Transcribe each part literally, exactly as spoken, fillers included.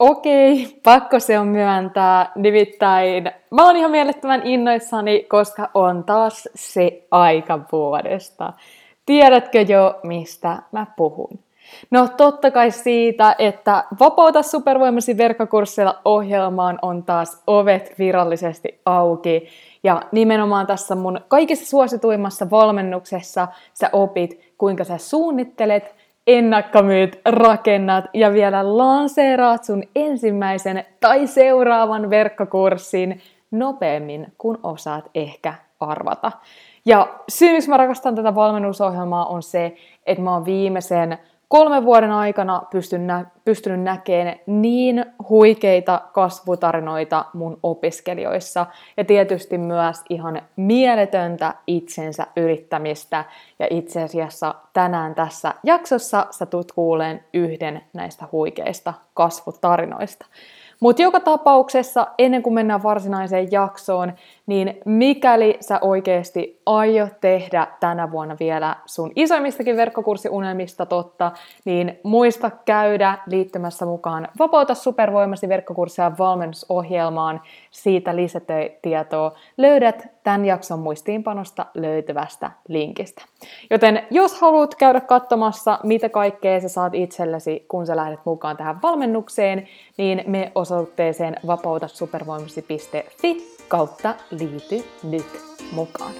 Okei, pakko se on myöntää. Nimittäin mä oon ihan mielettömän innoissani, koska on taas se aika vuodesta. Tiedätkö jo, mistä mä puhun? No totta kai siitä, että Vapauta supervoimasi verkkokurssilla ohjelmaan on taas ovet virallisesti auki. Ja nimenomaan tässä mun kaikista suosituimmassa valmennuksessa sä opit, kuinka sä suunnittelet, ennakkomyyt, rakennat ja vielä lanseeraat sun ensimmäisen tai seuraavan verkkokurssin nopeammin kuin osaat ehkä arvata. Ja syy, miksi mä rakastan tätä valmennusohjelmaa on se, että mä oon viimeisen kolmen vuoden aikana pystyn nä- pystynyt näkemään niin huikeita kasvutarinoita mun opiskelijoissa ja tietysti myös ihan mieletöntä itsensä yrittämistä. Ja itse asiassa tänään tässä jaksossa sä tulet kuuleen yhden näistä huikeista kasvutarinoista. Mutta joka tapauksessa, ennen kuin mennään varsinaiseen jaksoon, niin mikäli sä oikeasti aiot tehdä tänä vuonna vielä sun isoimmistakin verkkokurssiunelmista totta, niin muista käydä liittymässä mukaan Vapauta supervoimasi verkkokurssia valmennusohjelmaan. Siitä lisätietoa löydät tämän jakson muistiinpanosta löytyvästä linkistä. Joten jos haluat käydä katsomassa, mitä kaikkea sä saat itsellesi, kun sä lähdet mukaan tähän valmennukseen, niin me osoitteeseen vapautasupervoimasi piste fi kautta liity nyt mukaan.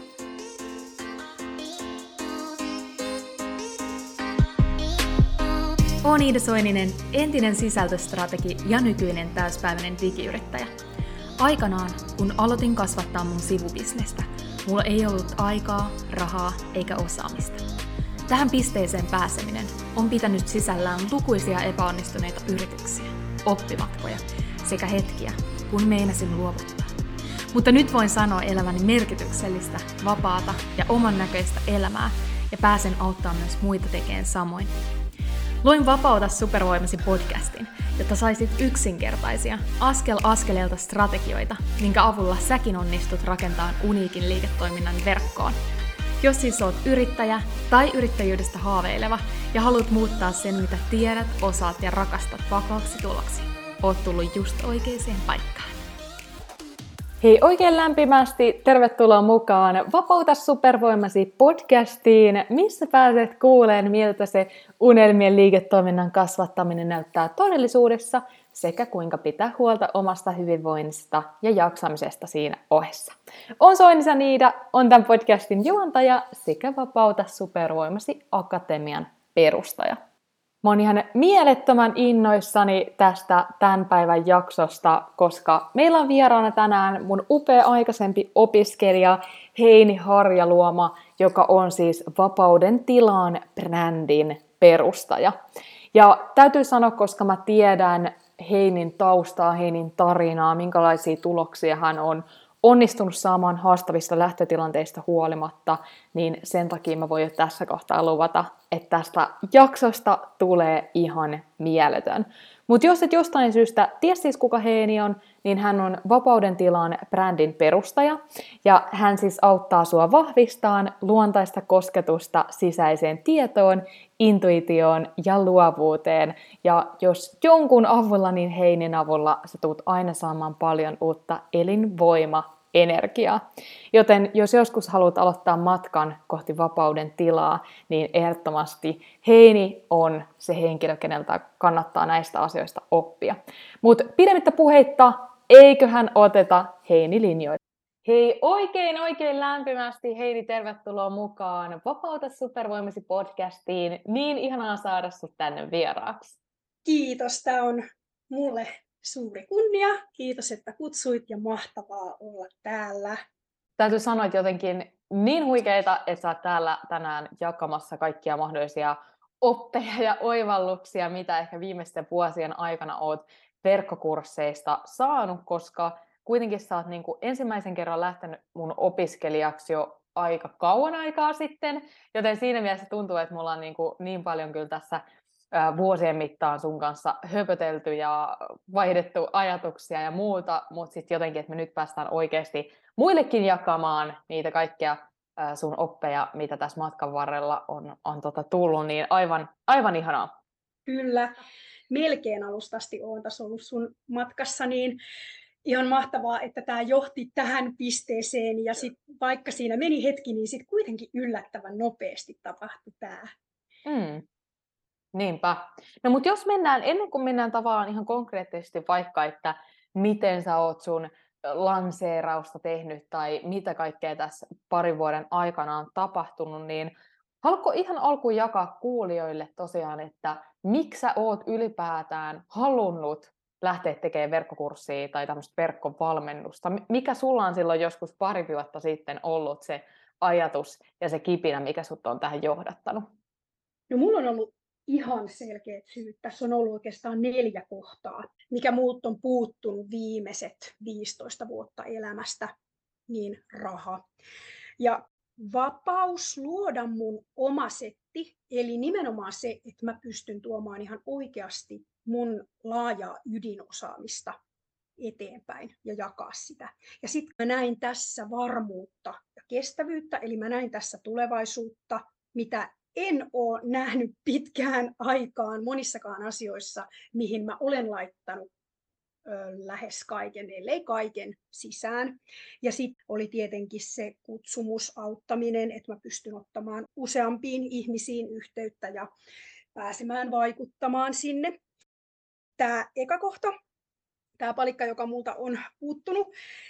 Oon Iida Soininen, entinen sisältöstrategi ja nykyinen täyspäiväinen digiyrittäjä. Aikanaan, kun aloitin kasvattaa mun sivubisnestä, mulla ei ollut aikaa, rahaa eikä osaamista. Tähän pisteeseen pääseminen on pitänyt sisällään lukuisia epäonnistuneita yrityksiä, oppimatkoja sekä hetkiä, kun meinasin luovuttaa. Mutta nyt voin sanoa elämäni merkityksellistä, vapaata ja oman näköistä elämää ja pääsen auttamaan myös muita tekemään samoin. Luin Vapauta supervoimasi podcastin, jotta saisit yksinkertaisia, askel askeleelta strategioita, minkä avulla säkin onnistut rakentamaan uniikin liiketoiminnan verkkoon. Jos siis oot yrittäjä tai yrittäjyydestä haaveileva ja haluat muuttaa sen, mitä tiedät, osaat ja rakastat vakaaksi tuloksi, oot tullut just oikeaan paikkaan. Hei oikein lämpimästi, tervetuloa mukaan Vapauta supervoimasi podcastiin, missä pääset kuuleen, miltä se unelmien liiketoiminnan kasvattaminen näyttää todellisuudessa sekä kuinka pitää huolta omasta hyvinvoinnista ja jaksamisesta siinä ohessa. On Soinisa Niida, on tämän podcastin juontaja sekä Vapauta supervoimasi akatemian perustaja. Mä oon ihan mielettömän innoissani tästä tämän päivän jaksosta, koska meillä on vieraana tänään mun upea aikaisempi opiskelija Heini Harjaluoma, joka on siis Vapauden tilaan brändin perustaja. Ja täytyy sanoa, koska mä tiedän Heinin taustaa, Heinin tarinaa, minkälaisia tuloksia hän on onnistunut saamaan haastavista lähtötilanteista huolimatta, niin sen takia mä voin jo tässä kohtaa luvata, että tästä jaksosta tulee ihan mieletön. Mutta jos et jostain syystä tiedä siis kuka Heini on, niin hän on Vapauden tilaan brändin perustaja, ja hän siis auttaa sua vahvistamaan luontaista kosketusta sisäiseen tietoon, intuitioon ja luovuuteen. Ja jos jonkun avulla, niin Heinin avulla sä tulet aina saamaan paljon uutta elinvoima energiaa. Joten jos joskus haluat aloittaa matkan kohti vapauden tilaa, niin ehdottomasti Heini on se henkilö, keneltä kannattaa näistä asioista oppia. Mutta pidemmittä puheitta, eiköhän oteta Heini linjoille. Hei oikein oikein lämpimästi Heini, tervetuloa mukaan Vapauta supervoimasi podcastiin. Niin ihanaa saada sut tänne vieraaksi. Kiitos, tämä on mulle suuri kunnia. Kiitos, että kutsuit ja mahtavaa olla täällä. Täytyy sanoa, että jotenkin niin huikeita, että sä oot täällä tänään jakamassa kaikkia mahdollisia oppeja ja oivalluksia, mitä ehkä viimeisten vuosien aikana oot verkkokursseista saanut, koska kuitenkin sä oot niin kuin ensimmäisen kerran lähtenyt mun opiskelijaksi jo aika kauan aikaa sitten, joten siinä mielessä tuntuu, että mulla on niin, kuin niin paljon kyllä tässä vuosien mittaan sun kanssa höpötelty ja vaihdettu ajatuksia ja muuta, mutta sitten jotenkin, että me nyt päästään oikeasti muillekin jakamaan niitä kaikkia sun oppeja, mitä tässä matkan varrella on, on tota tullut, niin aivan, aivan ihanaa. Kyllä. melkein alusta asti olen tässä ollut sun matkassa, niin ihan mahtavaa, että tämä johti tähän pisteeseen ja sit, vaikka siinä meni hetki, niin sitten kuitenkin yllättävän nopeasti tapahtui tämä. Mm. Niinpä. No mutta jos mennään, ennen kuin mennään tavallaan ihan konkreettisesti vaikka, että miten sä oot sun lanseerausta tehnyt tai mitä kaikkea tässä parin vuoden aikana on tapahtunut, niin haluatko ihan alkuun jakaa kuulijoille tosiaan, että miksi sä oot ylipäätään halunnut lähteä tekemään verkkokurssia tai tämmöistä verkkovalmennusta? Mikä sulla on silloin joskus pari vuotta sitten ollut se ajatus ja se kipinä, mikä sut on tähän johdattanut? No mulla on ollut ihan selkeät syyt. Tässä on ollut oikeastaan neljä kohtaa, mikä muut on puuttunut viimeiset viisitoista vuotta elämästä, niin raha. Ja vapaus luoda mun oma setti, eli nimenomaan se, että mä pystyn tuomaan ihan oikeasti mun laajaa ydinosaamista eteenpäin ja jakaa sitä. Ja sitten mä näin tässä varmuutta ja kestävyyttä, eli mä näin tässä tulevaisuutta, mitä en ole nähnyt pitkään aikaan monissakaan asioissa, mihin mä olen laittanut ö, lähes kaiken, ellei kaiken sisään. Ja sitten oli tietenkin se kutsumusauttaminen, että mä pystyn ottamaan useampiin ihmisiin yhteyttä ja pääsemään vaikuttamaan sinne. Tämä eka kohta, tämä palikka, joka multa on puuttunut,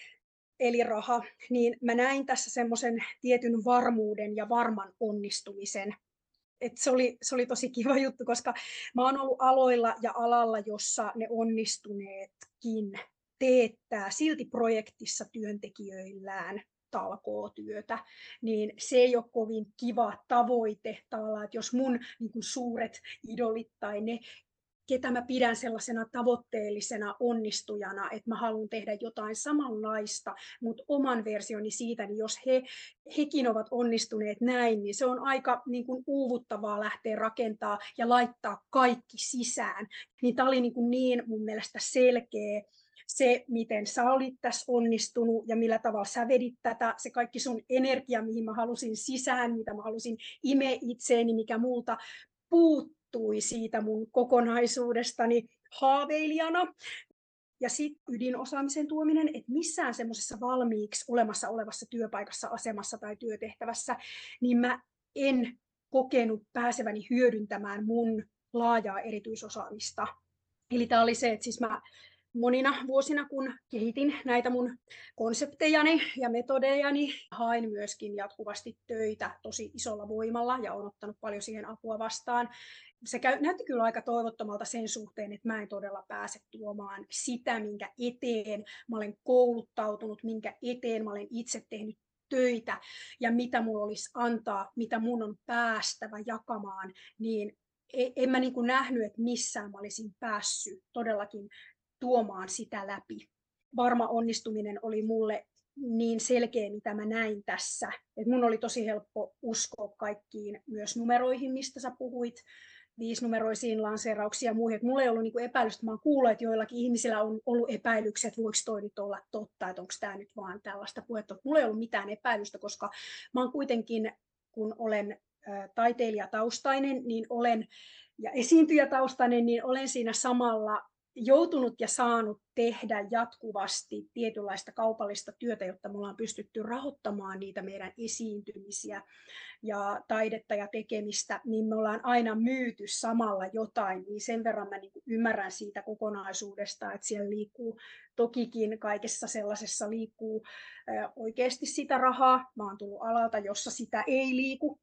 eli raha, niin mä näin tässä semmoisen tietyn varmuuden ja varman onnistumisen. Et se, oli, se oli tosi kiva juttu, koska mä oon ollut aloilla ja alalla, jossa ne onnistuneetkin teettää silti projektissa työntekijöillään talkootyötä, niin se ei ole kovin kiva tavoite tavallaan, että jos mun niin kuin suuret idolit tai ne, ketä mä pidän sellaisena tavoitteellisena onnistujana, että mä haluan tehdä jotain samanlaista, mutta oman versioni siitä, niin jos he, hekin ovat onnistuneet näin, niin se on aika niin kuin uuvuttavaa lähteä rakentaa ja laittaa kaikki sisään. Niin tämä oli niin, kuin niin mun mielestä selkeä se, miten sä olit tässä onnistunut ja millä tavalla sä vedit tätä, se kaikki sun energia, mihin mä halusin sisään, mitä mä halusin imeä itseeni, mikä multa puuttuu siitä mun kokonaisuudestani haaveilijana. Ja sitten ydinosaamisen tuominen, että missään semmoisessa valmiiksi olemassa olevassa työpaikassa, asemassa tai työtehtävässä, niin mä en kokenut pääseväni hyödyntämään mun laajaa erityisosaamista. Eli tämä oli se, että siis mä monina vuosina, kun kehitin näitä mun konseptejani ja metodejani, hain myöskin jatkuvasti töitä tosi isolla voimalla ja olen ottanut paljon siihen apua vastaan. Se käy, näytti kyllä aika toivottomalta sen suhteen, että mä en todella pääse tuomaan sitä, minkä eteen mä olen kouluttautunut, minkä eteen mä olen itse tehnyt töitä ja mitä mulla olisi antaa, mitä mun on päästävä jakamaan, niin en mä niin kuin nähnyt, että missään mä olisin päässyt todellakin tuomaan sitä läpi. Varma onnistuminen oli mulle niin selkeä, mitä mä näin tässä. Et mun oli tosi helppo uskoa kaikkiin myös numeroihin, mistä sä puhuit, viisinumeroisiin lanseerauksiin ja muihin. Et mulla ei ollut niinku epäilystä. Mä oon kuullut, että joillakin ihmisillä on ollut epäilyksiä, että voiko toi nyt olla totta, että onko tämä nyt vaan tällaista puhetta. Mulla ei ollut mitään epäilystä, koska mä oon kuitenkin, kun olen taiteilijataustainen, niin olen ja esiintyjätaustainen, niin olen siinä samalla joutunut ja saanut tehdä jatkuvasti tietynlaista kaupallista työtä, jotta me ollaan pystytty rahoittamaan niitä meidän esiintymisiä ja taidetta ja tekemistä, niin me ollaan aina myyty samalla jotain, niin sen verran mä niin kuin ymmärrän siitä kokonaisuudesta, että siellä liikkuu, tokikin kaikessa sellaisessa liikkuu oikeasti sitä rahaa. Mä oon tullut alalta, jossa sitä ei liiku.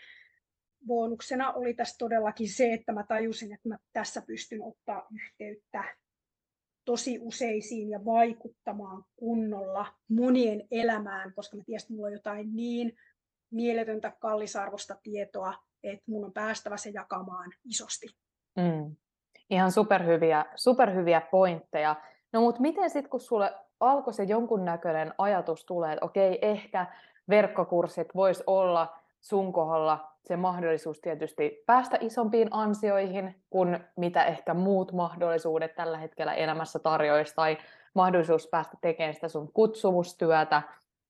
Bonuksena oli tässä todellakin se, että mä tajusin, että mä tässä pystyn ottaa yhteyttä tosi useisiin ja vaikuttamaan kunnolla monien elämään, koska mä tiesin, että mulla on jotain niin mieletöntä kallisarvosta tietoa, että mun on päästävä se jakamaan isosti. Mm. Ihan superhyviä, superhyviä pointteja. No mutta miten sitten, kun sulle alkoi se jonkunnäköinen ajatus tulee, että okei, ehkä verkkokurssit vois olla sun kohdalla se mahdollisuus tietysti päästä isompiin ansioihin kuin mitä ehkä muut mahdollisuudet tällä hetkellä elämässä tarjoaisi, tai mahdollisuus päästä tekemään sitä sun kutsumustyötä,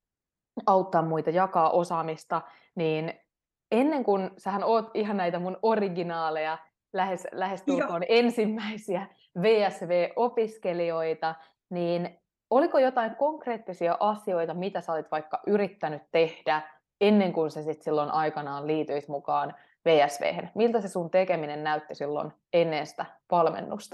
auttaa muita, jakaa osaamista, niin ennen kuin sähän oot ihan näitä mun originaaleja lähes, Joo. lähestulkoon ensimmäisiä V S V-opiskelijoita, niin oliko jotain konkreettisia asioita, mitä sä olit vaikka yrittänyt tehdä ennen kuin sä sit silloin aikanaan liityit mukaan V S V:hen? Miltä se sun tekeminen näytti silloin ennen sitä valmennusta?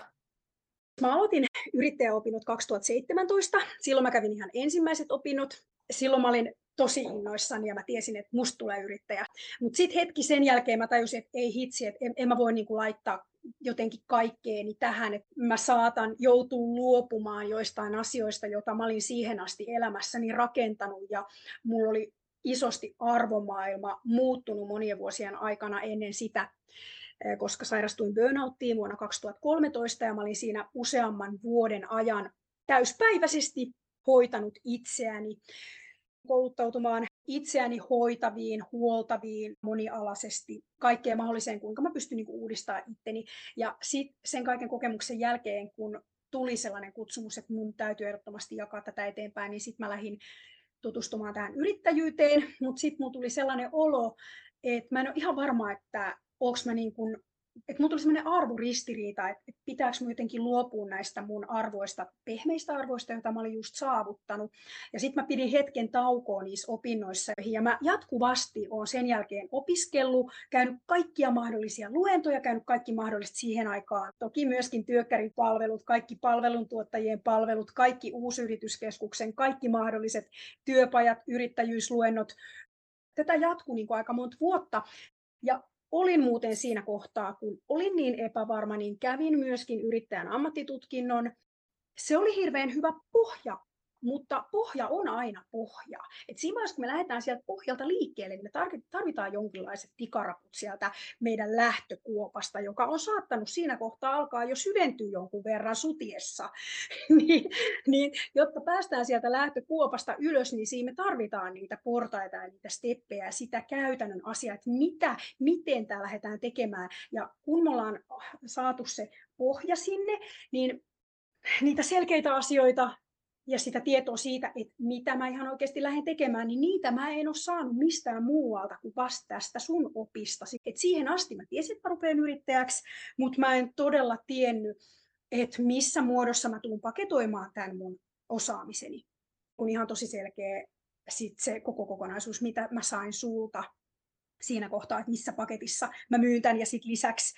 Mä aloitin yrittäjäopinnot kaksituhattaseitsemäntoista. Silloin mä kävin ihan ensimmäiset opinnot. Silloin mä olin tosi innoissani ja mä tiesin, että musta tulee yrittäjä. Mutta sitten hetki sen jälkeen mä tajusin, että ei hitsi, että en, en mä voi niinku laittaa jotenkin kaikkeeni tähän, että mä saatan joutua luopumaan joistain asioista, joita mä olin siihen asti elämässäni rakentanut, ja mulla oli isosti arvomaailma muuttunut monien vuosien aikana ennen sitä, koska sairastuin burnouttiin vuonna kaksituhattakolmetoista ja mä olin siinä useamman vuoden ajan täyspäiväisesti hoitanut itseäni, kouluttautumaan itseäni hoitaviin, huoltaviin, monialaisesti, kaikkeen mahdolliseen, kuinka mä pystyn niinku uudistamaan itteni. Ja sit sen kaiken kokemuksen jälkeen, kun tuli sellainen kutsumus, että mun täytyy ehdottomasti jakaa tätä eteenpäin, niin sitten mä lähdin tutustumaan tähän yrittäjyyteen, mutta sitten mulla tuli sellainen olo, että mä en ole ihan varma, että onko mä niin kuin, että mulla tuli sellainen arvoristiriita, että pitääkö mun jotenkin luopua näistä mun arvoista, pehmeistä arvoista, joita mä olin just saavuttanut. Ja sitten mä pidin hetken taukoa niissä opinnoissa, ja mä jatkuvasti olen sen jälkeen opiskellut, käynyt kaikkia mahdollisia luentoja, käynyt kaikki mahdolliset siihen aikaan. Toki myöskin työkkäripalvelut, kaikki palveluntuottajien palvelut, kaikki Uusyrityskeskuksen, kaikki mahdolliset työpajat, yrittäjyysluennot. Tätä jatkui niin kuin aika monta vuotta. Ja olin muuten siinä kohtaa, kun olin niin epävarma, niin kävin myöskin yrittäjän ammattitutkinnon. Se oli hirveän hyvä pohja, mutta pohja on aina pohja. Et siinä vaiheessa, kun me lähdetään sieltä pohjalta liikkeelle, niin me tarvitaan jonkinlaiset tikaraput sieltä meidän lähtökuopasta, joka on saattanut siinä kohtaa alkaa jo syventyä jonkun verran sutiessa. niin, niin, jotta päästään sieltä lähtökuopasta ylös, niin siinä me tarvitaan niitä portaita ja niitä steppejä, sitä käytännön asiaa, että mitä, miten tämä lähdetään tekemään. Ja kun me ollaan saatu se pohja sinne, niin niitä selkeitä asioita ja sitä tietoa siitä, että mitä mä ihan oikeasti lähden tekemään, niin niitä mä en ole saanut mistään muualta kuin vasta tästä sun opistasi. Et siihen asti mä tiesin, että mä rupean yrittäjäksi, mutta mä en todella tiennyt, että missä muodossa mä tuun paketoimaan tämän mun osaamiseni. On ihan tosi selkeä sit se koko kokonaisuus, mitä mä sain sulta siinä kohtaa, että missä paketissa mä myyn tämän, ja sitten lisäksi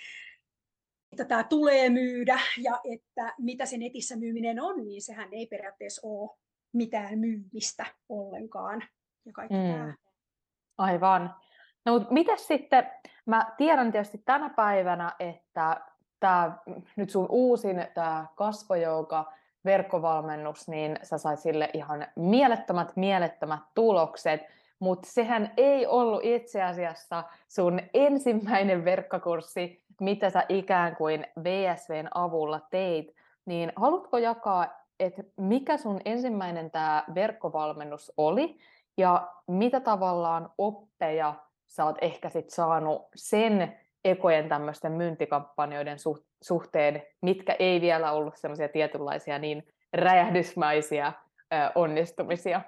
että tämä tulee myydä ja että mitä se netissä myyminen on, niin sehän ei periaatteessa ole mitään myymistä ollenkaan. Ja kaikki mm. tämä. Aivan. No, mutta mitäs sitten, mä tiedän tietysti tänä päivänä, että tämä nyt sun uusin tämä kasvojouka verkkovalmennus, niin sä sait sille ihan mielettömät, mielettömät tulokset, mutta sehän ei ollut itse asiassa sun ensimmäinen verkkokurssi, mitä sä ikään kuin V S V:n avulla teit, niin haluatko jakaa, että mikä sun ensimmäinen tämä verkkovalmennus oli, ja mitä tavallaan oppeja sä oot ehkä sit saanut sen ekojen tämmöisten myyntikampanjoiden suhteen, mitkä ei vielä ollut semmoisia tietynlaisia niin räjähdysmäisiä ö, onnistumisia?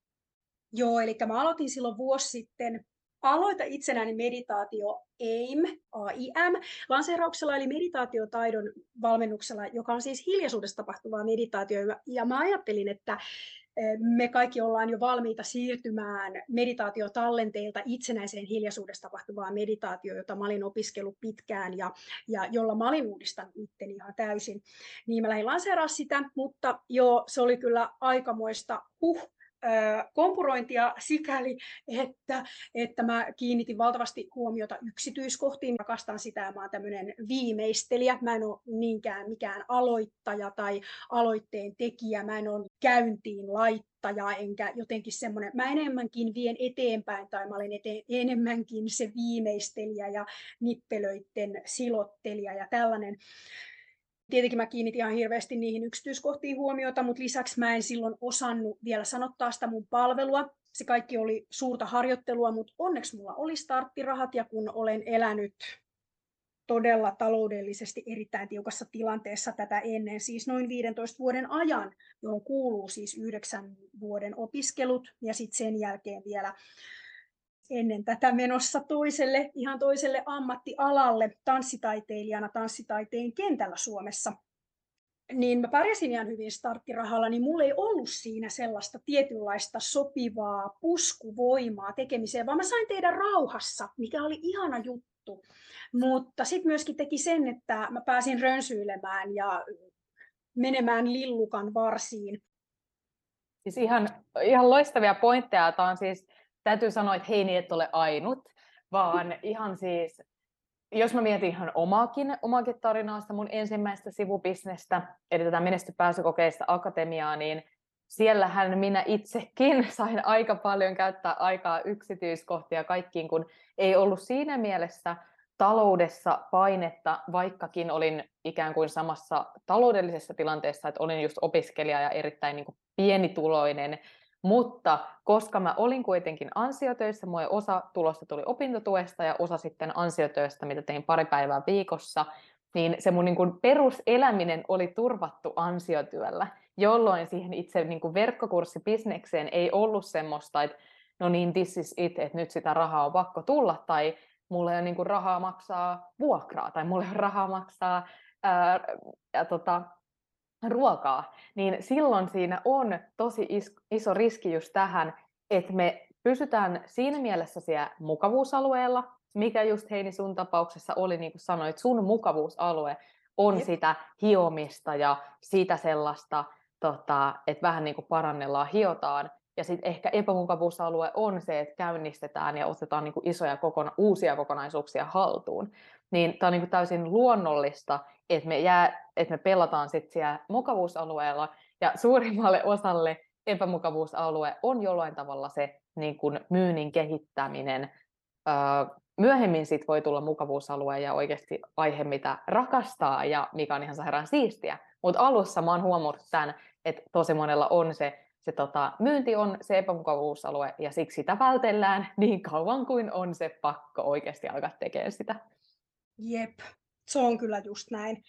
Joo, eli mä aloitin silloin vuosi sitten Aloita itsenäinen meditaatio A I M, A I M, lanseerauksella eli meditaatiotaidon valmennuksella, joka on siis hiljaisuudessa tapahtuvaa meditaatio. Ja mä ajattelin, että me kaikki ollaan jo valmiita siirtymään meditaatiotallenteilta itsenäiseen hiljaisuudessa tapahtuvaan meditaatioon, jota mä olin opiskellut pitkään ja, ja jolla mä olin uudistanut itteni ihan täysin. Niin mä lähdin lanseeraamaan sitä, mutta joo, se oli kyllä aikamoista huh. kompurointia sikäli, että, että mä kiinnitin valtavasti huomiota yksityiskohtiin. Rakastan sitä, ja mä oon tämmöinen viimeistelijä. Mä en ole niinkään mikään aloittaja tai aloitteen tekijä. Mä en ole käyntiin laittaja, enkä jotenkin semmoinen. Mä enemmänkin vien eteenpäin, tai mä olen eteen, enemmänkin se viimeistelijä ja nippelöitten silottelija ja tällainen. Tietenkin mä kiinnitin ihan hirveästi niihin yksityiskohtiin huomiota, mutta lisäksi mä en silloin osannut vielä sanottaa sitä mun palvelua. Se kaikki oli suurta harjoittelua, mutta onneksi mulla oli starttirahat, ja kun olen elänyt todella taloudellisesti erittäin tiukassa tilanteessa tätä ennen, siis noin viidentoista vuoden ajan, johon kuuluu siis yhdeksän vuoden opiskelut ja sitten sen jälkeen vielä ennen tätä menossa toiselle, ihan toiselle ammattialalle tanssitaiteilijana tanssitaiteen kentällä Suomessa. Niin mä pärjäsin ihan hyvin starttirahalla, niin mulla ei ollut siinä sellaista tietynlaista sopivaa puskuvoimaa tekemiseen, vaan mä sain tehdä rauhassa, mikä oli ihana juttu. Mutta sitten myöskin teki sen, että mä pääsin rönsyilemään ja menemään lillukan varsiin. Siis ihan, ihan loistavia pointteja. Tämä on siis, täytyy sanoa, että hei niin et ole ainut, vaan ihan siis, jos mä mietin ihan omaakin, omaakin tarinaa, mun ensimmäistä sivubisnestä, eli tätä Menesty pääsykokeista akatemiaa, niin siellähän minä itsekin sain aika paljon käyttää aikaa yksityiskohtia kaikkiin, kun ei ollut siinä mielessä taloudessa painetta, vaikkakin olin ikään kuin samassa taloudellisessa tilanteessa, että olin just opiskelija ja erittäin niin kuin pienituloinen, mutta koska mä olin kuitenkin ansiotöissä, mua osa tulosta tuli opintotuesta ja osa sitten ansiotöistä, mitä tein pari päivää viikossa, niin se mun niin kuin peruseläminen oli turvattu ansiotyöllä, jolloin siihen itse niin kuin verkkokurssibisnekseen ei ollut semmoista, että no niin, this is it, että nyt sitä rahaa on pakko tulla, tai mulla ei ole niin kuin rahaa maksaa vuokraa, tai mulla ei ole rahaa maksaa ää, ja tota, ruokaa, niin silloin siinä on tosi is- iso riski just tähän, että me pysytään siinä mielessä siellä mukavuusalueella, mikä just Heini sun tapauksessa oli, niin kuin sanoit, sun mukavuusalue on Jep. sitä hiomista ja sitä sellaista, tota, että vähän niin kuin parannellaan, hiotaan. Ja sitten ehkä epämukavuusalue on se, että käynnistetään ja otetaan niin kuin isoja kokona- uusia kokonaisuuksia haltuun. Niin tämä on niin kuin täysin luonnollista, että me, jää, että me pelataan sitten siellä mukavuusalueella, ja suurimmalle osalle epämukavuusalue on jollain tavalla se niin kuin myynnin kehittäminen. Öö, myöhemmin sit voi tulla mukavuusalue ja oikeasti aihe, mitä rakastaa ja mikä on ihan sairaan siistiä. Mutta alussa mä oon huomannut tämän, että tosi monella on se, se tota, myynti on se epämukavuusalue, ja siksi sitä vältellään niin kauan kuin on se pakko oikeasti alkaa tekemään sitä. Jep, se on kyllä just näin.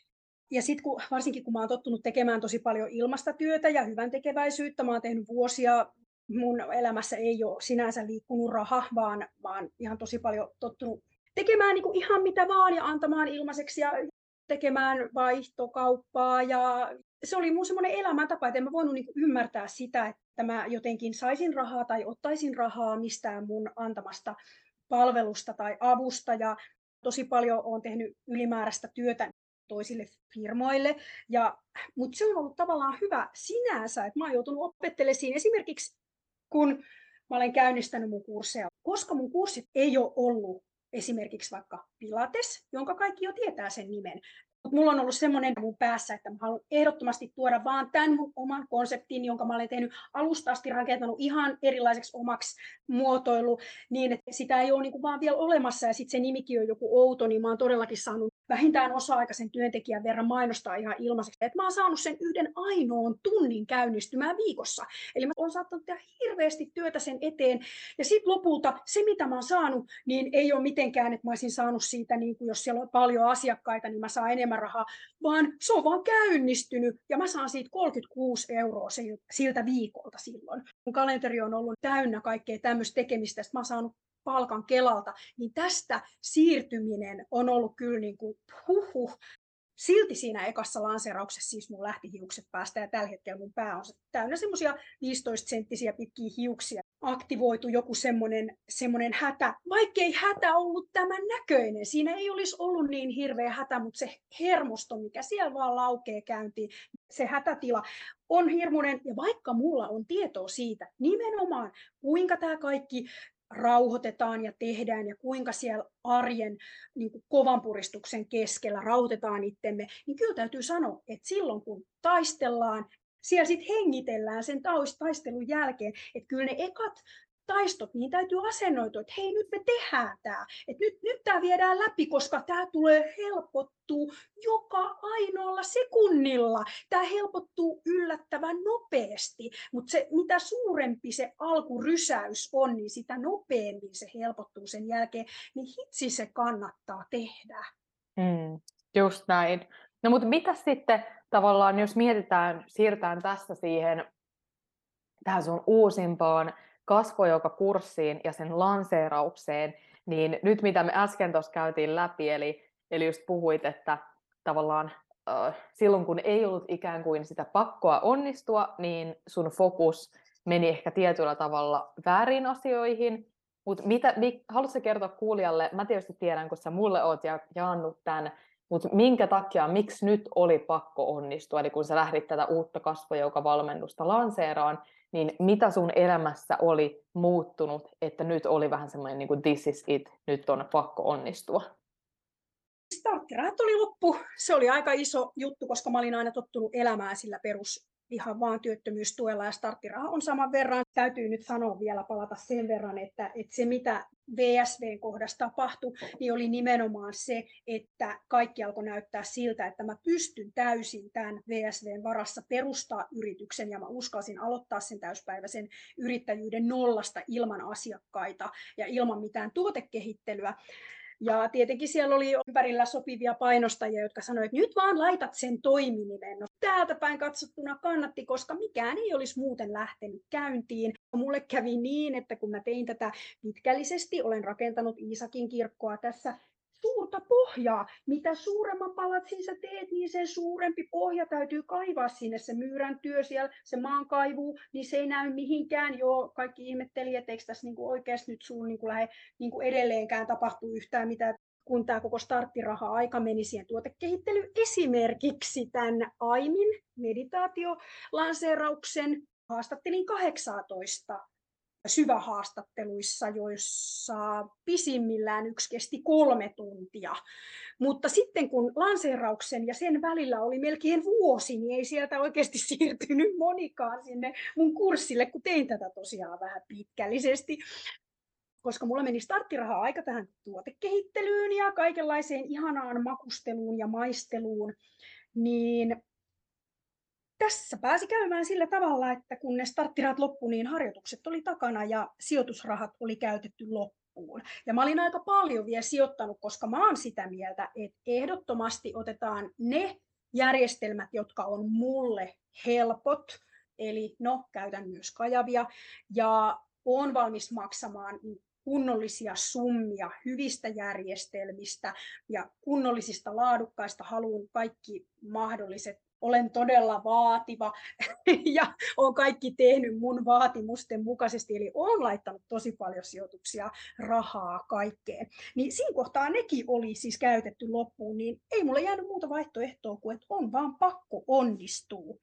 Ja sitten kun, varsinkin kun mä oon tottunut tekemään tosi paljon ilmasta työtä ja hyvän tekeväisyyttä, mä oon tehnyt vuosia, mun elämässä ei ole sinänsä liikkunut raha, vaan, vaan ihan tosi paljon tottunut tekemään niin kuin ihan mitä vaan ja antamaan ilmaiseksi ja tekemään vaihtokauppaa. Ja se oli mun semmoinen elämäntapa, että en mä voinut niin kuin ymmärtää sitä, että mä jotenkin saisin rahaa tai ottaisin rahaa mistään mun antamasta palvelusta tai avusta. Ja tosi paljon olen tehnyt ylimääräistä työtä toisille firmoille, ja, mutta se on ollut tavallaan hyvä sinänsä, että mä oon joutunut opettelemaan siinä esimerkiksi, kun mä olen käynnistänyt mun kursseja, koska mun kurssit ei ole ollut esimerkiksi vaikka Pilates, jonka kaikki jo tietää sen nimen. Mutta mulla on ollut semmoinen mun päässä, että mä haluan ehdottomasti tuoda vaan tämän mun oman konseptin, jonka mä olen tehnyt alusta asti, rakentanut ihan erilaiseksi omaksi muotoilu, niin että sitä ei ole niin kuin vaan vielä olemassa, ja sitten se nimikin on joku outo, niin mä oon todellakin saanut vähintään osa-aikaisen työntekijän verran mainostaa ihan ilmaiseksi. Että mä oon saanut sen yhden ainoan tunnin käynnistymään viikossa. Eli mä oon saattanut tehdä hirveästi työtä sen eteen. Ja sitten lopulta se, mitä mä oon saanut, niin ei ole mitenkään, että mä olisin saanut siitä, niin kuin jos siellä on paljon asiakkaita, niin mä saan enemmän rahaa, vaan se on vaan käynnistynyt. Ja mä saan siitä kolmekymmentäkuusi euroa siltä viikolta silloin. Mun kalenteri on ollut täynnä kaikkea tämmöistä tekemistä, että mä oon saanut palkan Kelalta, niin tästä siirtyminen on ollut kyllä niin kuin huhhuh. Silti siinä ekassa lanseerauksessa siis mun lähti hiukset päästä, ja tällä hetkellä mun pää on täynnä semmoisia viisitoista senttisiä pitkiä hiuksia. Aktivoitu joku semmoinen, semmoinen hätä, vaikkei hätä ollut tämän näköinen. Siinä ei olisi ollut niin hirveä hätä, mutta se hermosto, mikä siellä vaan laukee käyntiin, se hätätila on hirmuinen. Ja vaikka mulla on tietoa siitä nimenomaan, kuinka tämä kaikki rauhoitetaan ja tehdään ja kuinka siellä arjen niin kuin kovan puristuksen keskellä rauhoitetaan itsemme, niin kyllä täytyy sanoa, että silloin kun taistellaan, siellä sitten hengitellään sen taistelun jälkeen, että kyllä ne ekat taistot, niin täytyy asennoitua, että hei, nyt me tehdään tämä, että nyt, nyt tämä viedään läpi, koska tämä tulee helpottuu joka ainoalla sekunnilla. Tämä helpottuu yllättävän nopeasti, mutta se, mitä suurempi se alkurysäys on, niin sitä nopeammin se helpottuu sen jälkeen, niin hitsi se kannattaa tehdä. Mm, just näin. No mutta mitä sitten tavallaan, jos mietitään, siirrytään tästä siihen tähän sun uusimpaan kasvojoukakurssiin ja sen lanseeraukseen, niin nyt mitä me äsken tuossa käytiin läpi, eli, eli just puhuit, että tavallaan äh, silloin kun ei ollut ikään kuin sitä pakkoa onnistua, niin sun fokus meni ehkä tietyllä tavalla väärin asioihin. Mutta mitä, mi, haluatko kertoa kuulijalle, mä tietysti tiedän, kun sä mulle oot ja jaannut tämän, mutta minkä takia, miksi nyt oli pakko onnistua, eli kun sä lähdit tätä uutta kasvojoukavalmennusta lanseeraan, niin mitä sun elämässä oli muuttunut, että nyt oli vähän semmoinen niin kuin this is it, nyt on pakko onnistua? Starttirahat oli loppu. Se oli aika iso juttu, koska mä olin aina tottunut elämään sillä perus ihan vaan työttömyystuella ja starttiraha on saman verran. Täytyy nyt sanoa vielä, palata sen verran, että, että se mitä V S V:n kohdassa tapahtui, niin oli nimenomaan se, että kaikki alkoi näyttää siltä, että mä pystyn täysin tämän V S V:n varassa perustaa yrityksen ja mä uskalsin aloittaa sen täyspäiväisen yrittäjyyden nollasta ilman asiakkaita ja ilman mitään tuotekehittelyä. Ja tietenkin siellä oli ympärillä sopivia painostajia, jotka sanoivat, että nyt vaan laitat sen toiminimen. No, täältä päin katsottuna kannatti, koska mikään ei olisi muuten lähtenyt käyntiin. Mulle kävi niin, että kun mä tein tätä pitkällisesti, olen rakentanut Iisakin kirkkoa tässä suurta pohjaa. Mitä suuremman palatsin sä teet, niin sen suurempi pohja täytyy kaivaa sinne. Se myyrän työ siellä, se maankaivuu, niin se ei näy mihinkään. Joo, kaikki ihmetteli, että eikö tässä niinku oikeasti nyt sun niinku lähde niinku edelleenkään tapahtuu yhtään mitään. Kun tämä koko starttiraha-aika meni siihen tuotekehittelyyn, esimerkiksi tämän Aimin meditaatiolanseerauksen haastattelin kahdeksantoista syvähaastatteluissa, joissa pisimmillään yksi kesti kolme tuntia. Mutta sitten kun lanseerauksen ja sen välillä oli melkein vuosi, niin ei sieltä oikeasti siirtynyt monikaan sinne mun kurssille, kun tein tätä tosiaan vähän pitkällisesti. Koska mulla meni starttiraha-aika tähän tuotekehittelyyn ja kaikenlaiseen ihanaan makusteluun ja maisteluun, niin tässä pääsi käymään sillä tavalla, että kun ne starttirahat loppui, niin harjoitukset oli takana ja sijoitusrahat oli käytetty loppuun. Ja mä olin aika paljon vielä sijoittanut, koska mä oon sitä mieltä, että ehdottomasti otetaan ne järjestelmät, jotka on mulle helpot, eli no, käytän myös Kajavia, ja oon valmis maksamaan kunnollisia summia hyvistä järjestelmistä ja kunnollisista laadukkaista haluan kaikki mahdolliset. Olen todella vaativa ja olen kaikki tehnyt mun vaatimusten mukaisesti, eli olen laittanut tosi paljon sijoituksia, rahaa, kaikkeen. Niin siinä kohtaa nekin oli siis käytetty loppuun, niin ei mulle jäänyt muuta vaihtoehtoa kuin, että on vaan pakko onnistua.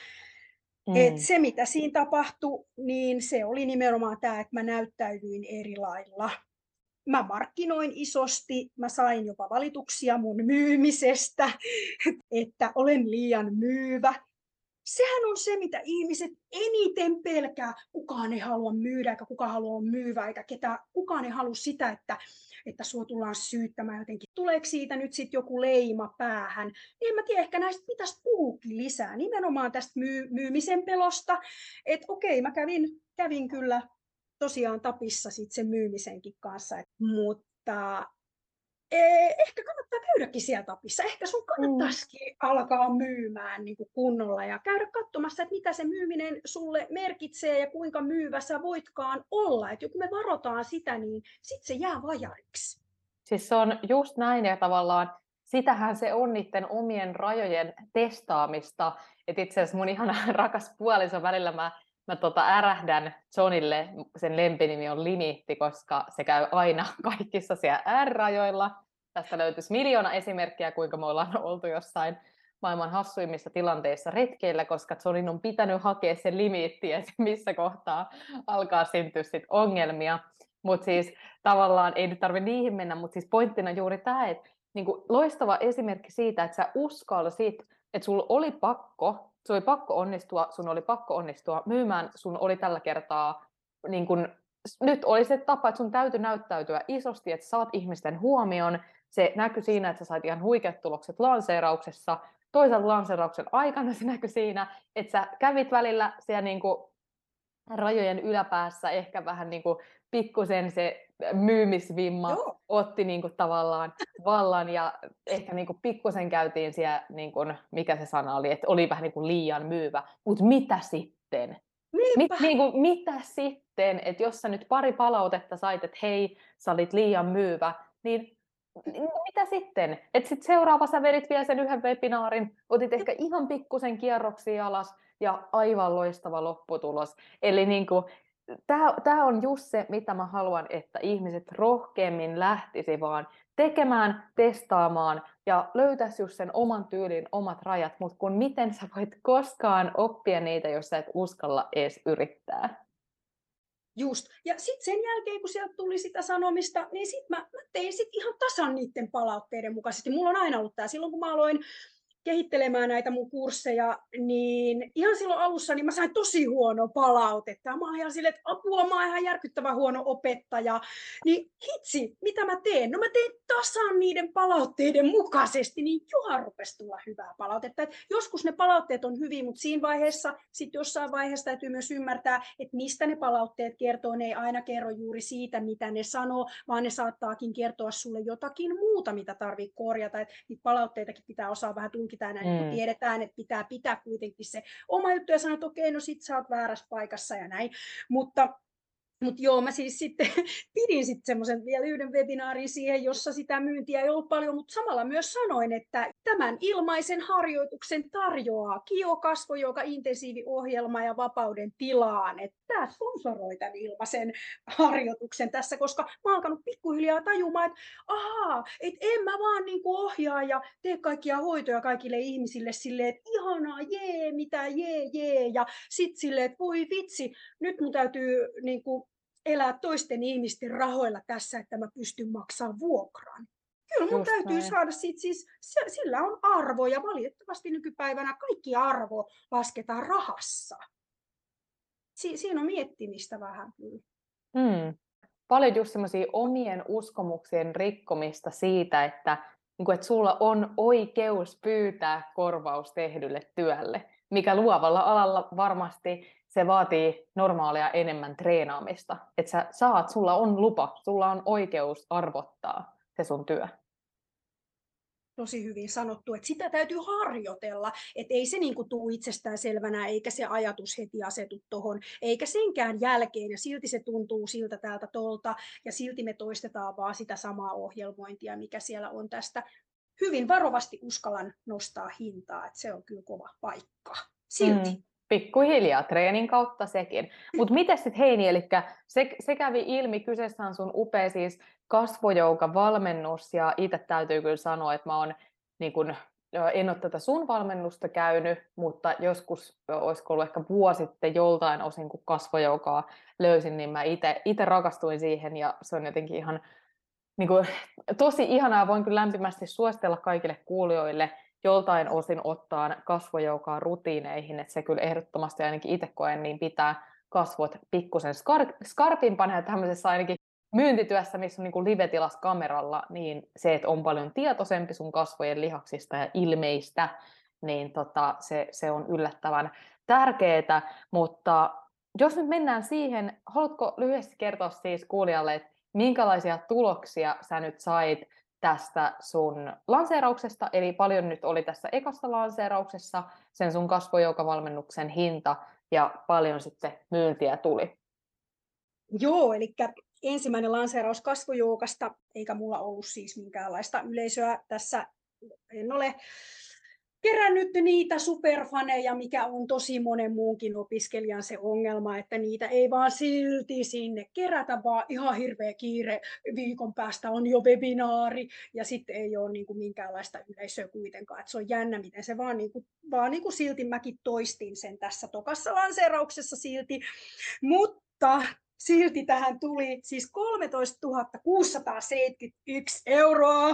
Mm. Et se, mitä siinä tapahtui, niin se oli nimenomaan tämä, että mä näyttäydyin eri lailla. Mä markkinoin isosti, mä sain jopa valituksia mun myymisestä, että olen liian myyvä. Sehän on se, mitä ihmiset eniten pelkää. Kukaan ei halua myydä, eikä kukaan halua myyvä, eikä ketään, kukaan ei halua sitä, että, että sua tullaan syyttämään jotenkin. Tuleeko siitä nyt sitten joku leima päähän? En mä tiedä, ehkä näistä pitäisi puhukin lisää, nimenomaan tästä myy- myymisen pelosta. Että okei, mä kävin, kävin kyllä tosiaan tapissa sit sen myymisenkin kanssa, mutta ehkä kannattaa käydäkin siellä tapissa. Ehkä sun kannattaisikin mm. alkaa myymään niin kuin kunnolla ja käydä katsomassa, että mitä se myyminen sulle merkitsee ja kuinka myyvä sä voitkaan olla. Että kun me varotaan sitä, niin sitten se jää vajariksi. Siis se on just näin ja tavallaan sitähän se on niiden omien rajojen testaamista. Että itse asiassa mun ihana rakas puoliso välillä mä Mä tota ärähdän Johnille, sen lempinimi on Limitti, koska se käy aina kaikissa siellä äärirajoilla. Tästä löytyisi miljoona esimerkkiä, kuinka me ollaan oltu jossain maailman hassuimmissa tilanteissa retkeillä, koska Johnin on pitänyt hakea sen limittiä, missä kohtaa alkaa syntyä sit ongelmia. Mutta siis tavallaan ei nyt tarvitse niihin mennä, mutta siis pointtina juuri tämä, että niinku loistava esimerkki siitä, että sä uskalsit, että sulla oli pakko, sun oli pakko onnistua, sun oli pakko onnistua myymään, sun oli tällä kertaa, niin kun, nyt oli se tapa, että sun täytyy näyttäytyä isosti, että saat ihmisten huomion, se näkyi siinä, että sä sait ihan huikeat tulokset lanseerauksessa, toisaalta lanseerauksen aikana se näkyi siinä, että sä kävit välillä siellä niin kuin rajojen yläpäässä, ehkä vähän niin kuin pikkusen se myymisvimma Joo. otti niin kuin tavallaan vallan ja ehkä niin kuin pikkusen käytiin siellä, niin kuin, mikä se sana oli, että oli vähän niin kuin liian myyvä. Mutta mitä sitten? Mit, niin kuin, mitä sitten? sitten, että jos sä nyt pari palautetta sait, että hei, sä olit liian myyvä, niin mitä sitten? Että sitten seuraava sä vedit vielä sen yhden webinaarin, otit ehkä ihan pikkusen kierroksia alas ja aivan loistava lopputulos. Eli niin kuin, tämä on just se, mitä mä haluan, että ihmiset rohkeammin lähtisi vaan tekemään, testaamaan ja löytäisi just sen oman tyylin, omat rajat, mutta kun miten sä voit koskaan oppia niitä, jos sä et uskalla edes yrittää. Just. Ja sitten sen jälkeen, kun sieltä tuli sitä sanomista, niin sitten mä, mä tein sit ihan tasan niiden palautteiden mukaisesti. Mulla on aina ollut tämä. Silloin kun mä aloin kehittelemään näitä mun kursseja, niin ihan silloin alussa niin mä sain tosi huono palautetta. Mä oon ihan silleen, että apua, mä oon ihan järkyttävän huono opettaja. Niin hitsi, mitä mä teen? No mä tein tasan niiden palautteiden mukaisesti, niin johan rupesi tulla hyvää palautetta. Et joskus ne palautteet on hyviä, mutta siinä vaiheessa, sit jossain vaiheessa täytyy myös ymmärtää, että mistä ne palautteet kertoo. Ne ei aina kerro juuri siitä, mitä ne sanoo, vaan ne saattaakin kertoa sulle jotakin muuta, mitä tarvitsee korjata. Et niitä palautteitakin pitää osaa vähän tulkita. Näin, mm. kun tiedetään, että pitää pitää kuitenkin se oma juttu ja sanoa, että okei, no sit sä oot väärässä paikassa ja näin. Mutta Mutta joo, mä siis sitten pidin sitten semmoisen vielä yhden webinaarin siihen, jossa sitä myyntiä ei ollut paljon, mutta samalla myös sanoin, että tämän ilmaisen harjoituksen tarjoaa Kio Kasvojoga intensiiviohjelma ja Vapauden tilaan, että tämä sponsoroi tämän ilmaisen harjoituksen tässä, koska mä oon alkanut pikkuhiljaa tajumaan, että ahaa, että en mä vaan niinku ohjaa ja tee kaikkia hoitoja kaikille ihmisille silleen, että ihanaa, jee, mitä jee, jee, ja sit silleen, että voi vitsi, nyt mun täytyy niinku elää toisten ihmisten rahoilla tässä, että mä pystyn maksamaan vuokran. Kyllä mun Just täytyy näin. saada siitä, siis sillä on arvo ja valitettavasti nykypäivänä kaikki arvo lasketaan rahassa. Si- siinä on miettimistä vähän kyllä. Mm. Paljon just semmoisia omien uskomuksien rikkomista siitä, että, niin kuin, että sulla on oikeus pyytää korvaus tehdylle työlle, mikä luovalla alalla varmasti se vaatii normaalia enemmän treenaamista. Että sä saat, sulla on lupa, sulla on oikeus arvottaa se sun työ. Tosi hyvin sanottu, että sitä täytyy harjoitella, että ei se niinku tule itsestään selvänä, eikä se ajatus heti asetu tuohon, eikä senkään jälkeen, ja silti se tuntuu siltä täältä tolta, ja silti me toistetaan vaan sitä samaa ohjelmointia, mikä siellä on tästä. Hyvin varovasti uskallan nostaa hintaa, että se on kyllä kova paikka. Silti. Mm. Pikkuhiljaa, treenin kautta sekin. Mutta miten sitten Heini, eli se, se kävi ilmi, kyseessä on sun upea siis kasvojouka-valmennus, ja itse täytyy kyllä sanoa, että mä oon, niin kun, en ole tätä sun valmennusta käynyt, mutta joskus, olisiko ollut ehkä vuosi sitten joltain osin, kun kasvojoukaa löysin, niin mä itse rakastuin siihen, ja se on jotenkin ihan niin kun, tosi ihanaa, voin kyllä lämpimästi suositella kaikille kuulijoille, joltain osin ottaa kasvojoukaa rutiineihin, että se kyllä ehdottomasti ainakin itse koen, niin pitää kasvot pikkusen skar- skarpimpana ja tämmöisessä ainakin myyntityössä, missä on niin kuin live-tilas kameralla, niin se, että on paljon tietoisempi sun kasvojen lihaksista ja ilmeistä, niin tota, se, se on yllättävän tärkeää, mutta jos nyt mennään siihen, haluatko lyhyesti kertoa siis kuulijalle, että minkälaisia tuloksia sä nyt sait tästä sun lanseerauksesta, eli paljon nyt oli tässä ekassa lanseerauksessa sen sun kasvojoukavalmennuksen hinta, ja paljon sitten myyntiä tuli. Joo, eli ensimmäinen lanseeraus kasvojoukasta, eikä mulla ollut siis minkäänlaista yleisöä tässä, en ole kerännyt niitä superfaneja, mikä on tosi monen muunkin opiskelijan se ongelma, että niitä ei vaan silti sinne kerätä, vaan ihan hirveä kiire, viikon päästä on jo webinaari ja sitten ei ole niin kuin minkäänlaista yleisöä kuitenkaan. Että se on jännä, miten se vaan, niin kuin, vaan niin kuin silti mäkin toistin sen tässä tokassa lanseerauksessa silti, mutta silti tähän tuli siis kolmetoistatuhatta kuusisataaseitsemänkymmentäyksi euroa.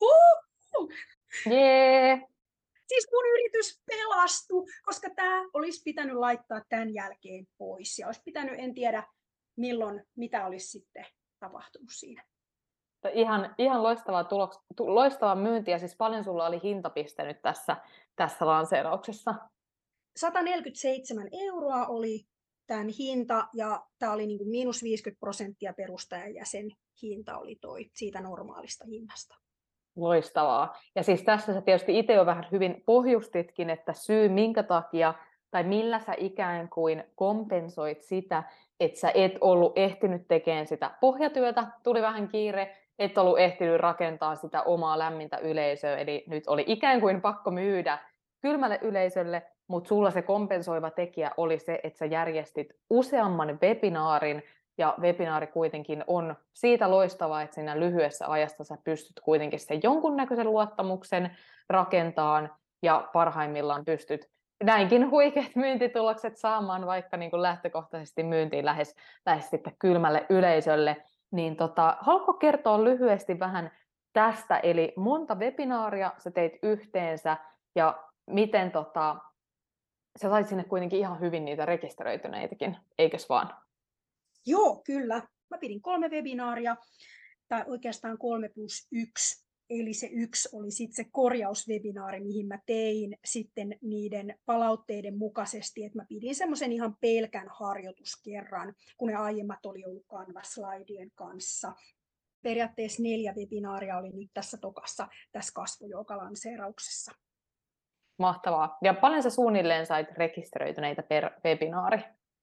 Uhuh! Jee! Siis mun yritys pelastui, koska tämä olisi pitänyt laittaa tämän jälkeen pois. Ja olisi pitänyt, en tiedä milloin, mitä olisi sitten tapahtunut siinä. Ihan, ihan loistavaa, tuloks, tu, loistavaa myyntiä. Siis paljon sulla oli hintapiste nyt tässä, tässä lanseerauksessa? sata neljäkymmentäseitsemän euroa oli tämän hinta ja tämä oli niin kuin miinus viisikymmentä prosenttia perustajajäsen hinta oli toi siitä normaalista hinnasta. Loistavaa. Ja siis tässä sä tietysti itse jo vähän hyvin pohjustitkin, että syy minkä takia tai millä sä ikään kuin kompensoit sitä, että sä et ollut ehtinyt tekemään sitä pohjatyötä, tuli vähän kiire, et ollut ehtinyt rakentaa sitä omaa lämmintä yleisöä, eli nyt oli ikään kuin pakko myydä kylmälle yleisölle, mutta sulla se kompensoiva tekijä oli se, että sä järjestit useamman webinaarin, ja webinaari kuitenkin on siitä loistavaa, että siinä lyhyessä ajassa sä pystyt kuitenkin sen jonkunnäköisen luottamuksen rakentamaan, ja parhaimmillaan pystyt näinkin huikeat myyntitulokset saamaan, vaikka niin kuin lähtökohtaisesti myyntiin lähes, lähes sitten kylmälle yleisölle. Niin tota, haluatko kertoa lyhyesti vähän tästä, eli monta webinaaria sä teit yhteensä, ja miten tota, sä sait sinne kuitenkin ihan hyvin niitä rekisteröityneitäkin, eikös vaan? Joo, kyllä. Mä pidin kolme webinaaria, tai oikeastaan kolme plus yksi. Eli se yksi oli sitten se korjauswebinaari, mihin mä tein sitten niiden palautteiden mukaisesti, että mä pidin semmoisen ihan pelkän harjoituskerran, kun ne aiemmat oli ollut Canva-slaidien kanssa. Periaatteessa neljä webinaaria oli nyt tässä tokassa, tässä kasvujoukalanseerauksessa. Mahtavaa. Ja paljon sä suunnilleen sait rekisteröityneitä per webinaari?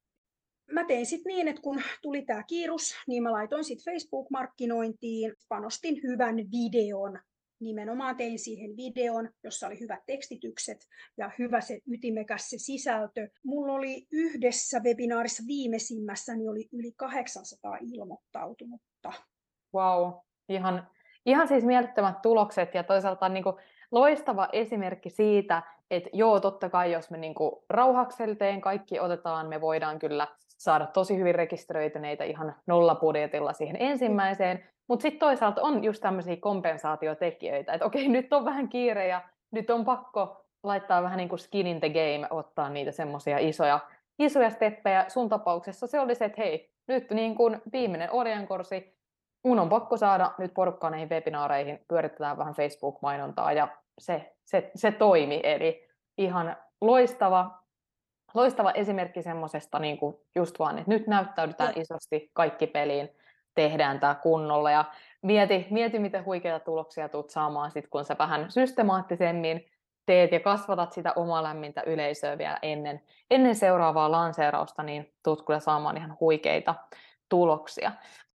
Mä tein sitten niin, että kun tuli tämä kiirus, niin mä laitoin sitten Facebook-markkinointiin, panostin hyvän videon. Nimenomaan tein siihen videon, jossa oli hyvät tekstitykset ja hyvä se ytimekäs se sisältö. Mulla oli yhdessä webinaarissa viimeisimmässä niin oli yli kahdeksansataa ilmoittautunutta. Wow, ihan, ihan siis mielettömät tulokset ja toisaalta niin kuin loistava esimerkki siitä, että joo, totta kai jos me niin kuin rauhakselteen kaikki otetaan, me voidaan kyllä saada tosi hyvin rekisteröityneitä ihan nollabudjetilla siihen ensimmäiseen, mutta sitten toisaalta on just tämmöisiä kompensaatiotekijöitä, että okei, nyt on vähän kiire ja nyt on pakko laittaa vähän niin kuin skin in the game, ottaa niitä semmoisia isoja, isoja steppejä. Sun tapauksessa se oli se, että hei, nyt niin kuin viimeinen orjankorsi, mun on pakko saada nyt porukkaa näihin webinaareihin, pyöritetään vähän Facebook-mainontaa ja se, se, se toimi, eli ihan loistava, loistava esimerkki semmoisesta niin kuin just vaan, että nyt näyttäydytään ja isosti kaikki peliin, tehdään tämä kunnolla ja mieti, mieti miten huikeita tuloksia tulet saamaan sit, kun sä vähän systemaattisemmin teet ja kasvatat sitä omaa lämmintä yleisöä vielä ennen, ennen seuraavaa lanseerausta, niin tulet kyllä saamaan ihan huikeita tuloksia.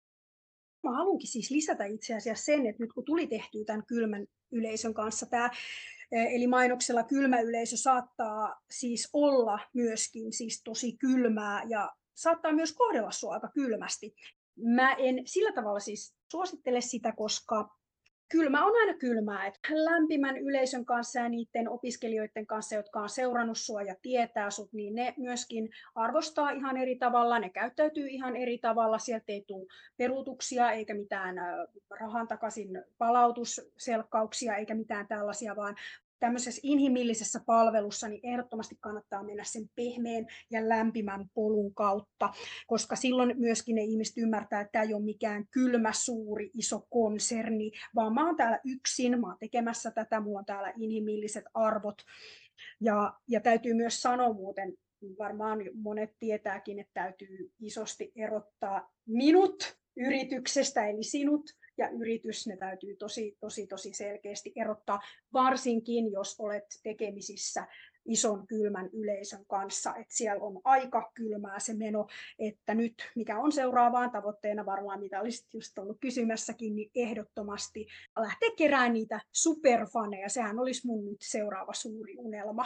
Mä haluankin siis lisätä itse asiassa sen, että nyt kun tuli tehtyä tämän kylmän yleisön kanssa tämä, eli mainoksella kylmä yleisö saattaa siis olla myöskin siis tosi kylmää ja saattaa myös kohdella sua aika kylmästi. Mä en sillä tavalla siis suosittele sitä, koska kylmä on aina kylmää. Että lämpimän yleisön kanssa ja niiden opiskelijoiden kanssa, jotka on seurannut sua ja tietää sut, niin ne myöskin arvostaa ihan eri tavalla, ne käyttäytyy ihan eri tavalla. Sieltä ei tule peruutuksia eikä mitään rahan takaisin palautusselkkauksia eikä mitään tällaisia, vaan tämmöisessä inhimillisessä palvelussa niin ehdottomasti kannattaa mennä sen pehmeän ja lämpimän polun kautta, koska silloin myöskin ne ihmiset ymmärtää, että tämä ei ole mikään kylmä, suuri, iso konserni, vaan mä oon täällä yksin, mä oon tekemässä tätä, mulla on täällä inhimilliset arvot. Ja, ja täytyy myös sanoa muuten, varmaan monet tietääkin, että täytyy isosti erottaa minut yrityksestä, eli sinut ja yritys, ne täytyy tosi, tosi, tosi selkeästi erottaa, varsinkin jos olet tekemisissä ison kylmän yleisön kanssa, että siellä on aika kylmää se meno, että nyt mikä on seuraavaan tavoitteena varmaan, mitä olisit just ollut kysymässäkin, niin ehdottomasti lähteä keräämään niitä superfaneja, sehän olisi mun nyt seuraava suuri unelma.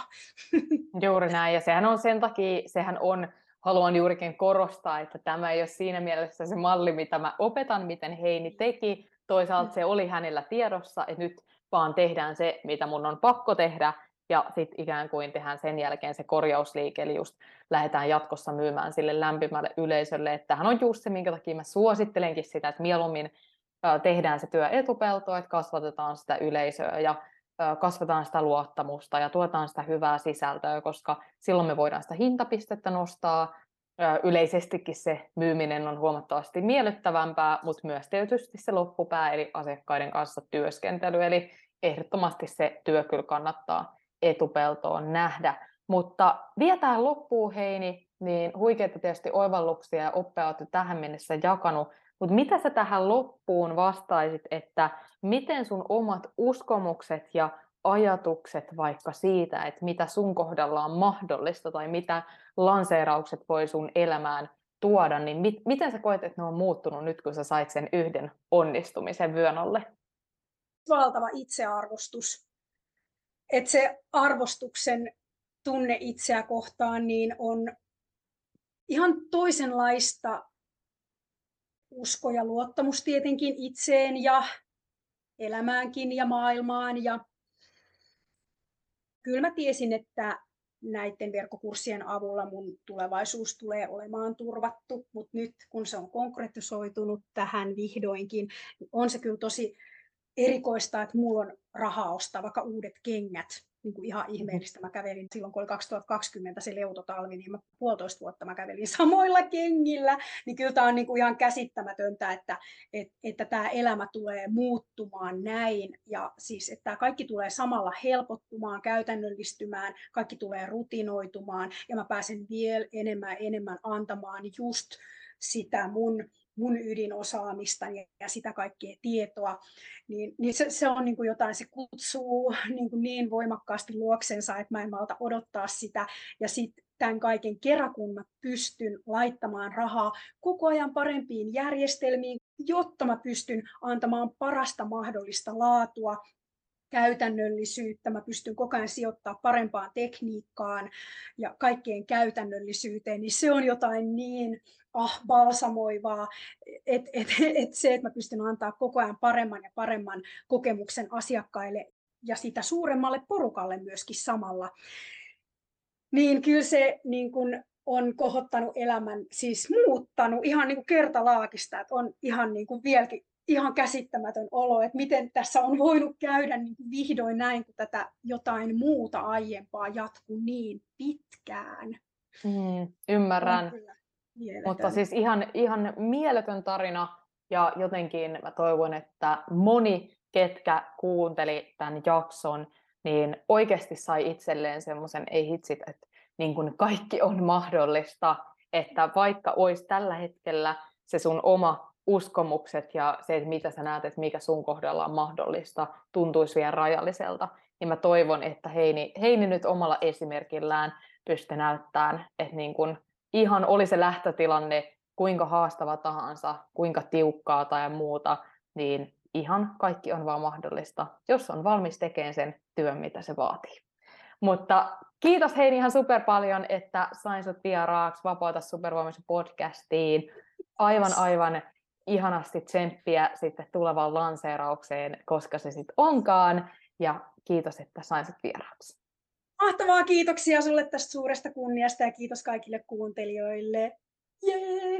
Juuri näin, ja sehän on sen takia, sehän on, haluan juurikin korostaa, että tämä ei ole siinä mielessä se malli, mitä mä opetan, miten Heini teki. Toisaalta se oli hänellä tiedossa, että nyt vaan tehdään se, mitä mun on pakko tehdä, ja sitten ikään kuin tehdään sen jälkeen se korjausliike, eli just lähdetään jatkossa myymään sille lämpimälle yleisölle. Että tämähän on just se, minkä takia mä suosittelenkin sitä, että mieluummin tehdään se työ etupeltoa, että kasvatetaan sitä yleisöä ja kasvataan sitä luottamusta ja tuotaan sitä hyvää sisältöä, koska silloin me voidaan sitä hintapistettä nostaa. Yleisestikin se myyminen on huomattavasti miellyttävämpää, mutta myös tietysti se loppupää, eli asiakkaiden kanssa työskentely. Eli ehdottomasti se työ kyllä kannattaa etupeltoon nähdä. Mutta vietään loppuun, Heini, niin huikeita tietysti oivalluksia ja oppia olet tähän mennessä jakanut. Mutta mitä sä tähän loppuun vastaisit, että miten sun omat uskomukset ja ajatukset vaikka siitä, että mitä sun kohdalla on mahdollista tai mitä lanseeraukset voi sun elämään tuoda, niin mit, miten sä koet, että ne on muuttunut nyt, kun sä sait sen yhden onnistumisen vyön alle? Valtava itsearvostus. Että se arvostuksen tunne itseä kohtaan niin on ihan toisenlaista usko ja luottamus tietenkin itseen ja elämäänkin ja maailmaan. Ja kyllä mä tiesin, että näiden verkkokurssien avulla mun tulevaisuus tulee olemaan turvattu, mutta nyt kun se on konkretisoitunut tähän vihdoinkin, niin on se kyllä tosi erikoista, että mulla on rahaa ostaa vaikka uudet kengät. Niin kuin ihan ihmeellistä. Mä kävelin silloin, kun oli kaksituhattakaksikymmentä se leutotalvi, niin mä puolitoista vuotta mä kävelin samoilla kengillä. Niin kyllä tämä on niin kuin ihan käsittämätöntä, että, että, että tämä elämä tulee muuttumaan näin. Ja siis, että tämä kaikki tulee samalla helpottumaan, käytännöllistymään, kaikki tulee rutinoitumaan. Ja mä pääsen vielä enemmän enemmän antamaan just sitä mun mun ydinosaamista ja sitä kaikkea tietoa, niin, niin se, se on niin kuin jotain, se kutsuu niin, kuin niin voimakkaasti luoksensa, että mä en malta odottaa sitä. Ja sitten tämän kaiken kerran, kun mä pystyn laittamaan rahaa koko ajan parempiin järjestelmiin, jotta mä pystyn antamaan parasta mahdollista laatua, käytännöllisyyttä, mä pystyn koko ajan sijoittamaan parempaan tekniikkaan ja kaikkeen käytännöllisyyteen, niin se on jotain niin ah, balsamoivaa, että et, et se, että mä pystyn antaa koko ajan paremman ja paremman kokemuksen asiakkaille ja sitä suuremmalle porukalle myöskin samalla, niin kyllä se niin kun on kohottanut elämän, siis muuttanut ihan niin kuin kertalaakista, että on ihan niin kuin vieläkin ihan käsittämätön olo, että miten tässä on voinut käydä niin kuin vihdoin näin, kun tätä jotain muuta aiempaa jatkuu niin pitkään. Mm, ymmärrän. Mutta siis ihan, ihan mieletön tarina ja jotenkin mä toivon, että moni, ketkä kuunteli tämän jakson, niin oikeasti sai itselleen semmoisen, ei hitsit, että niin kuin kaikki on mahdollista, että vaikka olisi tällä hetkellä se sun oma uskomukset ja se, että mitä sä näet, että mikä sun kohdalla on mahdollista, tuntuisi vielä rajalliselta, niin mä toivon, että Heini, Heini nyt omalla esimerkillään pystyy näyttämään, että niin kun ihan oli se lähtötilanne kuinka haastava tahansa, kuinka tiukkaa tai muuta, niin ihan kaikki on vaan mahdollista, jos on valmis tekemään sen työn, mitä se vaatii. Mutta kiitos Heini ihan super paljon, että sain sut vieraaksi Vapauta supervoimasi podcastiin. Aivan, aivan ihanasti tsemppiä sitten tulevaan lanseeraukseen, koska se sitten onkaan. Ja kiitos, että sain sut vieraaksi. Mahtavaa, kiitoksia sulle tästä suuresta kunniasta ja kiitos kaikille kuuntelijoille. Jee!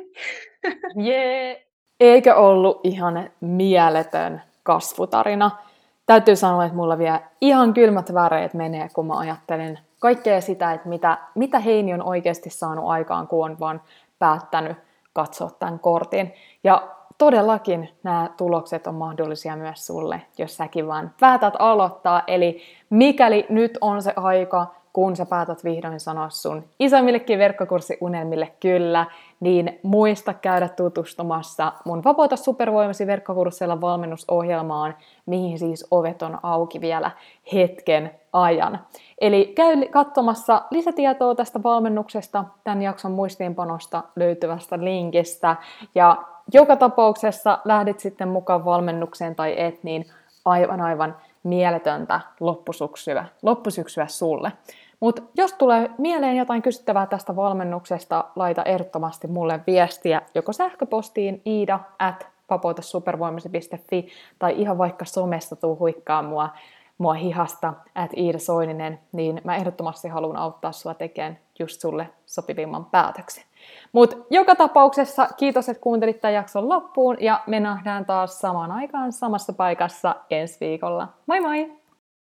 Jee! Eikö ollut ihan mieletön kasvutarina? Täytyy sanoa, että mulla vielä ihan kylmät väreet menee, kun mä ajattelen kaikkea sitä, että mitä, mitä Heini on oikeasti saanut aikaan, kun on vaan päättänyt katsoa tämän kortin. Ja todellakin nämä tulokset on mahdollisia myös sulle, jos säkin vaan päätät aloittaa. Eli mikäli nyt on se aika, kun sä päätät vihdoin sanoa sun isommillekin verkkokurssiunelmille kyllä, niin muista käydä tutustumassa mun Vapauta supervoimasi verkkokurssilla valmennusohjelmaan, mihin siis ovet on auki vielä hetken ajan. Eli käy katsomassa lisätietoa tästä valmennuksesta tämän jakson muistiinpanosta löytyvästä linkistä. Ja joka tapauksessa lähdit sitten mukaan valmennukseen tai et, niin aivan aivan mieletöntä loppusyksyä, loppusyksyä sulle. Mutta jos tulee mieleen jotain kysyttävää tästä valmennuksesta, laita ehdottomasti mulle viestiä joko sähköpostiin iida at vapautasupervoimasi piste fi tai ihan vaikka somessa tuu huikkaa mua, mua hihasta at Iida Soininen, niin mä ehdottomasti haluan auttaa sua tekemään just sulle sopivimman päätöksen. Mutta joka tapauksessa kiitos, että kuuntelit tämän jakson loppuun ja me nähdään taas samaan aikaan samassa paikassa ensi viikolla. Moi moi!